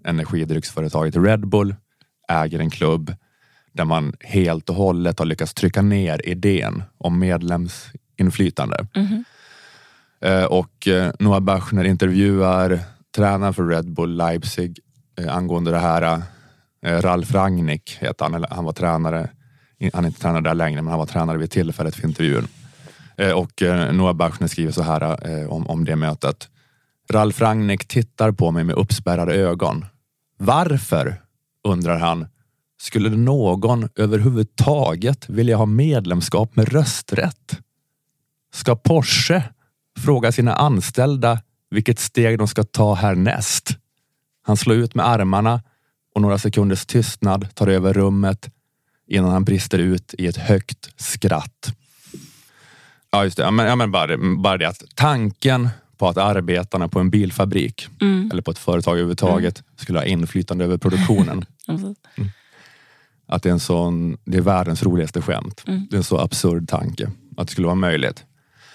energidrycksföretaget Red Bull äger en klubb där man helt och hållet har lyckats trycka ner idén om medlemsinflytande. Och Noah Bachner intervjuar tränaren för Red Bull Leipzig angående det här. Ralf Rangnick heter han. Han var tränare. Han är inte tränare där längre, men han var tränare vid tillfället för intervjun. Och Noah Bachner skriver så här om det mötet. Ralf Rangnick tittar på mig med uppspärrade ögon. Varför, undrar han, skulle någon överhuvudtaget vilja ha medlemskap med rösträtt? Ska Porsche fråga sina anställda vilket steg de ska ta härnäst? Han slår ut med armarna och några sekunders tystnad tar över rummet innan han brister ut i ett högt skratt. Ja, just det. Men bara det att tanken på att arbetarna på en bilfabrik eller på ett företag överhuvudtaget skulle ha inflytande över produktionen. Att det är det är världens roligaste skämt. Det är en så absurd tanke att det skulle vara möjligt.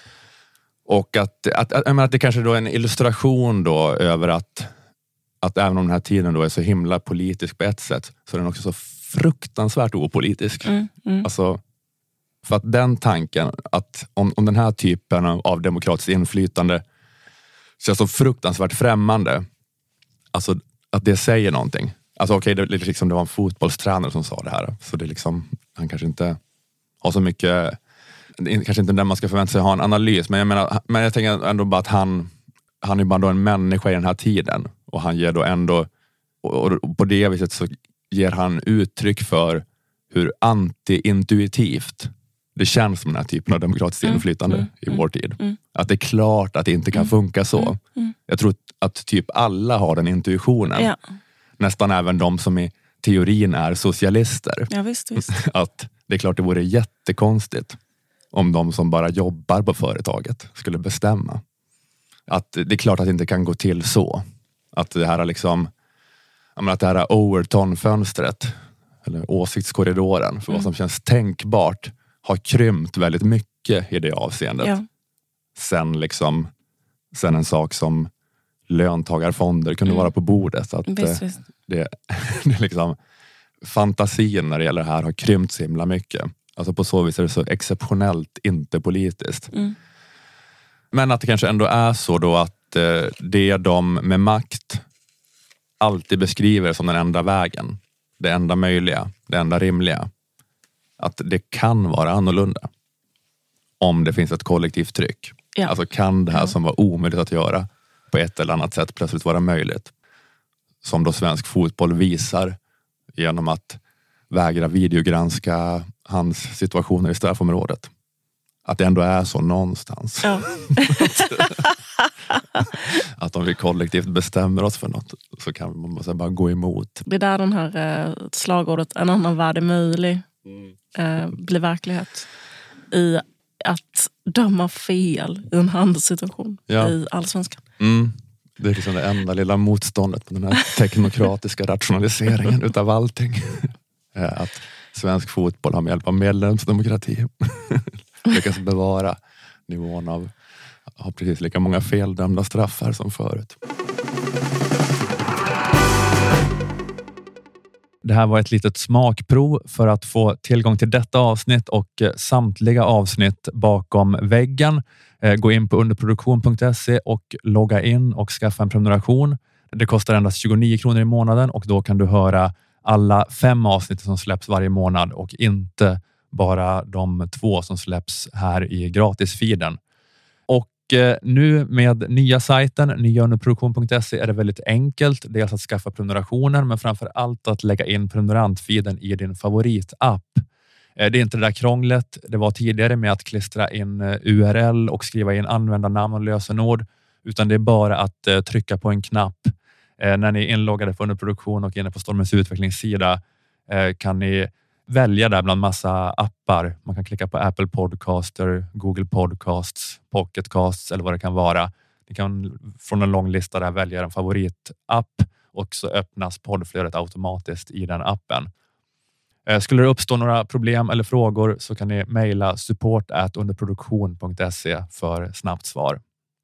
Och att det kanske då är en illustration då över att även om den här tiden då är så himla politisk på ett sätt, så är den också så fruktansvärt opolitisk. Alltså, för att den tanken att om den här typen av demokratiskt inflytande känns så fruktansvärt främmande, alltså att det säger någonting. Alltså okej, det var en fotbollstränare som sa det här, så det är liksom, han kanske inte har så mycket, kanske inte där man ska förvänta sig ha en analys, men jag tänker ändå bara att han är bara då en människa i den här tiden, och han ger då ändå, och på det viset så ger han uttryck för hur anti-intuitivt det känns som den här typen av demokratiskt inflytande i vår tid. Att det är klart att det inte kan funka så. Jag tror att typ alla har den intuitionen. Ja. Nästan även de som i teorin är socialister. Ja, visst. Att det är klart det vore jättekonstigt om de som bara jobbar på företaget skulle bestämma. Att det är klart att det inte kan gå till så. Att det här liksom, att det här Overton-fönstret eller åsiktskorridoren för vad som känns tänkbart har krympt väldigt mycket i det avseendet. Ja. Sen en sak som löntagarfonder kunde vara på bordet. Att visst. Det är liksom, fantasin när det gäller det här har krympt så himla mycket. Alltså på så vis är det så exceptionellt inte politiskt. Men att det kanske ändå är så då att det de med makt alltid beskriver som den enda vägen, det enda möjliga, det enda rimliga, att det kan vara annorlunda om det finns ett kollektivt tryck. Ja. Alltså kan det här som var omöjligt att göra på ett eller annat sätt plötsligt vara möjligt. Som då svensk fotboll visar genom att vägra videogranska hans situationer i straffområdet. Att det ändå är så någonstans. Ja. Att om vi kollektivt bestämmer oss för något så kan man bara gå emot. Det är där den här slagordet en annan värld är möjlig blir verklighet. I att döma fel i en handelssituation i Allsvenskan. Det är liksom det enda lilla motståndet på den här teknokratiska rationaliseringen utav allting. Att svensk fotboll har med hjälp av medlemsdemokrati lyckas bevara nivån av har precis lika många feldömda straffar som förut. Det här var ett litet smakprov för att få tillgång till detta avsnitt och samtliga avsnitt bakom väggen. Gå in på underproduktion.se och logga in och skaffa en prenumeration. Det kostar endast 29 kronor i månaden och då kan du höra alla 5 avsnitt som släpps varje månad och inte bara de 2 som släpps här i gratisfeeden. Och nu med nya sajten, nyaunderproduktion.se, är det väldigt enkelt. Dels att skaffa prenumerationen men framför allt att lägga in prenumerantfeeden i din favoritapp. Det är inte det där krånglet det var tidigare med att klistra in URL och skriva in användarnamn och lösenord, utan det är bara att trycka på en knapp. När ni är inloggade på Underproduktion och inne på Stormens utvecklingssida kan ni välja där bland massa appar. Man kan klicka på Apple Podcaster, Google Podcasts, Pocket Casts eller vad det kan vara. Ni kan från en lång lista där välja en favoritapp och så öppnas poddflödet automatiskt i den appen. Skulle det uppstå några problem eller frågor så kan ni mejla support@underproduktion.se för snabbt svar.